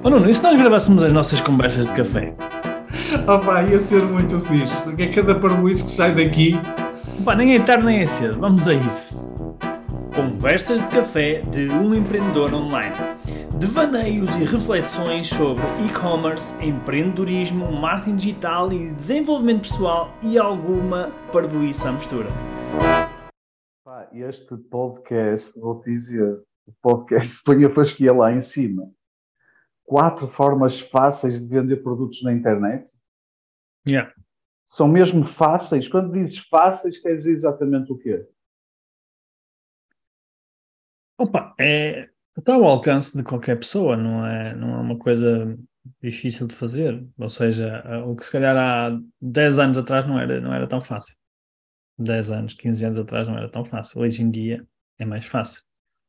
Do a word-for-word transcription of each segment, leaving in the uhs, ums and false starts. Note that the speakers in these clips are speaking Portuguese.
Oh Nuno, e se nós gravássemos as nossas conversas de café? Oh pá, ia ser muito fixe, porque é cada parboice que sai daqui. Pá, nem é tarde nem é cedo, vamos a isso. Conversas de café de um empreendedor online. Devaneios e reflexões sobre e-commerce, empreendedorismo, marketing digital e desenvolvimento pessoal e alguma parvoíce à mistura. Pá, este podcast, vou dizer, o podcast põe a fasquia lá em cima. Quatro formas fáceis de vender produtos na internet. Yeah. São mesmo fáceis? Quando dizes fáceis, quer dizer exatamente o quê? Opa, é, está ao alcance de qualquer pessoa, não é, não é uma coisa difícil de fazer. Ou seja, o que se calhar há dez anos atrás não era, não era tão fácil. dez anos, quinze anos atrás não era tão fácil. Hoje em dia é mais fácil.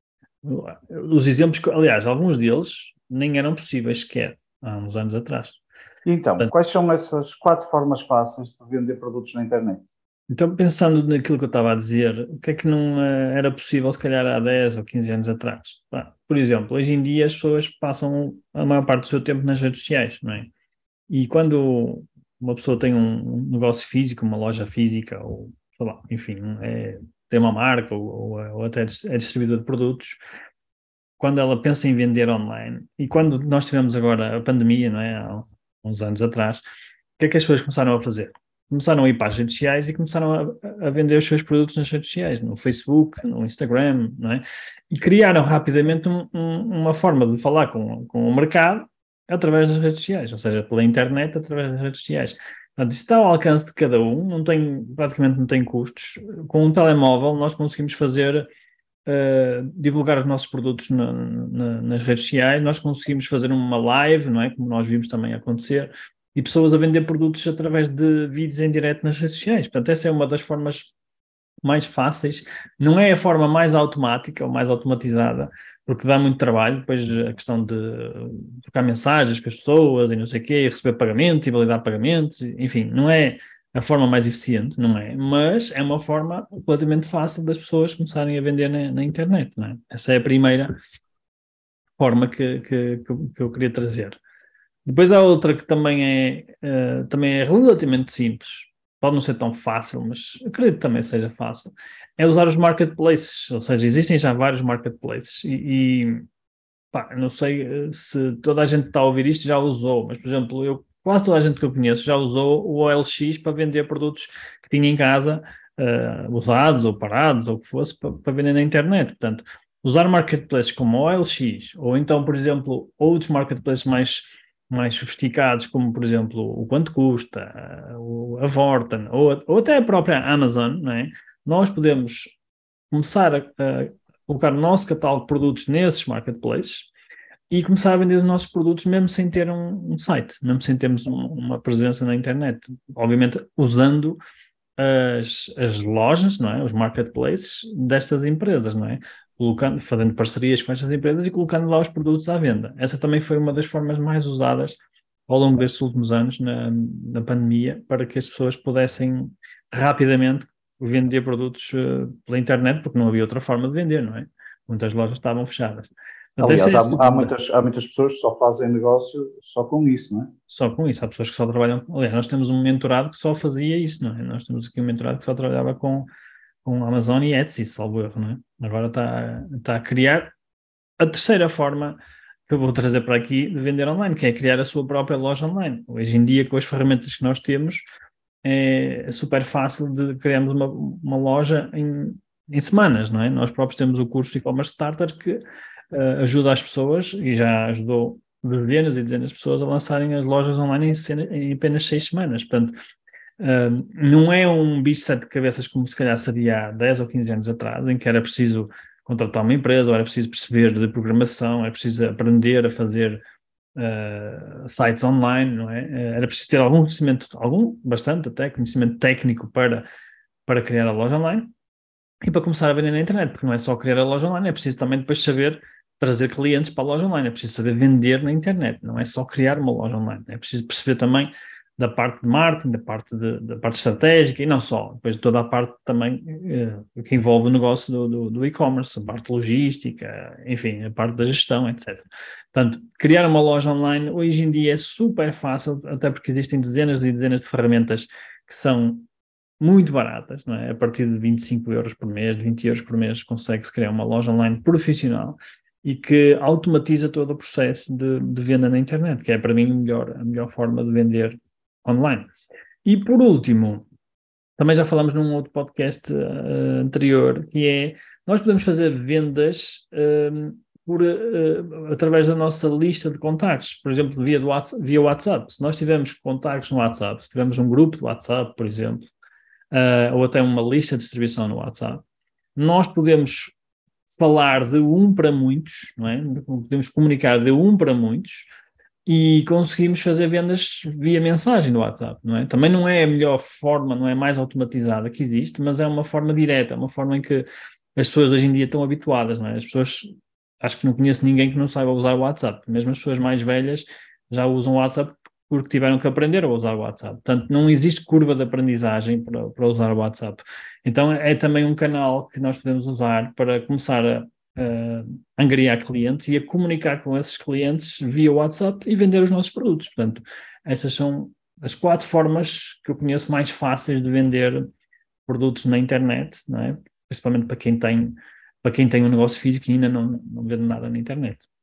Os exemplos, aliás, alguns deles nem eram possíveis sequer há uns anos atrás. Então, Portanto, quais são essas quatro formas fáceis de vender produtos na internet? Então, pensando naquilo que eu estava a dizer, o que é que não uh, era possível, se calhar, há dez ou quinze anos atrás? Bah, por exemplo, hoje em dia as pessoas passam a maior parte do seu tempo nas redes sociais, não é? E quando uma pessoa tem um negócio físico, uma loja física, ou, sei lá, enfim, é, tem uma marca, ou, ou, ou até é distribuidor de produtos, quando ela pensa em vender online, e quando nós tivemos agora a pandemia, não é? Há uns anos atrás, o que é que as pessoas começaram a fazer? Começaram a ir para as redes sociais e começaram a, a vender os seus produtos nas redes sociais, no Facebook, no Instagram, não é? E criaram rapidamente um, um, uma forma de falar com, com o mercado através das redes sociais, ou seja, pela internet, através das redes sociais. Portanto, isso está ao alcance de cada um, não tem, praticamente não tem custos. Com um telemóvel nós conseguimos fazer, uh, divulgar os nossos produtos na, na, nas redes sociais, nós conseguimos fazer uma live, não é? Como nós vimos também acontecer, e pessoas a vender produtos através de vídeos em direto nas redes sociais. Portanto, essa é uma das formas mais fáceis. Não é a forma mais automática ou mais automatizada, porque dá muito trabalho. Depois a questão de trocar mensagens com as pessoas e não sei o quê, e receber pagamentos e validar pagamentos, enfim, não é a forma mais eficiente, não é? Mas é uma forma completamente fácil das pessoas começarem a vender na, na internet, não é? Essa é a primeira forma que, que, que eu queria trazer. Depois há outra que também é, uh, também é relativamente simples, pode não ser tão fácil, mas acredito que também seja fácil, é usar os marketplaces, ou seja, existem já vários marketplaces e, e pá, não sei se toda a gente que está a ouvir isto já usou, mas por exemplo, eu, quase toda a gente que eu conheço já usou o O L X para vender produtos que tinha em casa, uh, usados ou parados ou o que fosse, para, para vender na internet. Portanto, usar marketplaces como o O L X ou então, por exemplo, outros marketplaces mais mais sofisticados, como por exemplo o quanto custa, a Vorten, ou, ou até a própria Amazon, não é? Nós podemos começar a, a colocar o nosso catálogo de produtos nesses marketplaces e começar a vender os nossos produtos mesmo sem ter um, um site, mesmo sem termos um, uma presença na internet. Obviamente usando as, as lojas, não é? Os marketplaces destas empresas, não é? Colocando, fazendo parcerias com estas empresas e colocando lá os produtos à venda. Essa também foi uma das formas mais usadas ao longo destes últimos anos na, na pandemia, para que as pessoas pudessem rapidamente vender produtos uh, pela internet, porque não havia outra forma de vender, não é? Muitas lojas estavam fechadas. Portanto, Aliás, é há, há, muitas, há muitas pessoas que só fazem negócio só com isso, não é? Só com isso. Há pessoas que só trabalham... Aliás, nós temos um mentorado que só fazia isso, não é? Nós temos aqui um mentorado que só trabalhava com, com Amazon e Etsy, salvo erro, não é? Agora está, está a criar a terceira forma que eu vou trazer para aqui de vender online, que é criar a sua própria loja online. Hoje em dia, com as ferramentas que nós temos, é super fácil de criarmos uma, uma loja em, em semanas, não é? Nós próprios temos o curso e-commerce starter que uh, ajuda as pessoas, e já ajudou dezenas e dezenas de pessoas a lançarem as lojas online em, cena, em apenas seis semanas. Portanto, uh, não é um bicho de sete cabeças como se calhar seria há dez ou quinze anos atrás, em que era preciso contratar uma empresa, ou era preciso perceber de programação, era preciso aprender a fazer uh, sites online, não é? Era preciso ter algum conhecimento, algum, bastante até, conhecimento técnico para, para criar a loja online e para começar a vender na internet, porque não é só criar a loja online, é preciso também depois saber trazer clientes para a loja online, é preciso saber vender na internet, não é só criar uma loja online, é preciso perceber também da parte de marketing, da parte, de, da parte estratégica, e não só, depois toda a parte também eh, que envolve o negócio do, do, do e-commerce, a parte logística, enfim, a parte da gestão, etcétera. Portanto, criar uma loja online hoje em dia é super fácil, até porque existem dezenas e dezenas de ferramentas que são muito baratas, não é? A partir de vinte e cinco euros por mês, vinte euros por mês, consegue-se criar uma loja online profissional e que automatiza todo o processo de, de venda na internet, que é para mim a melhor, a melhor forma de vender online. E por último, também já falamos num outro podcast uh, anterior, que é, nós podemos fazer vendas uh, por, uh, através da nossa lista de contactos, por exemplo, via, do WhatsApp, via WhatsApp. Se nós tivermos contactos no WhatsApp, se tivermos um grupo de WhatsApp, por exemplo, uh, ou até uma lista de distribuição no WhatsApp, nós podemos falar de um para muitos, não é? Podemos comunicar de um para muitos, e conseguimos fazer vendas via mensagem no WhatsApp, não é? Também não é a melhor forma, não é a mais automatizada que existe, mas é uma forma direta, uma forma em que as pessoas hoje em dia estão habituadas, não é? As pessoas, acho que não conheço ninguém que não saiba usar o WhatsApp, mesmo as pessoas mais velhas já usam o WhatsApp porque tiveram que aprender a usar o WhatsApp. Portanto, não existe curva de aprendizagem para, para usar o WhatsApp. Então, é também um canal que nós podemos usar para começar a Uh, angariar clientes e a comunicar com esses clientes via WhatsApp e vender os nossos produtos. Portanto, essas são as quatro formas que eu conheço mais fáceis de vender produtos na internet, não é? Principalmente para quem tem, para quem tem um negócio físico e ainda não, não vende nada na internet.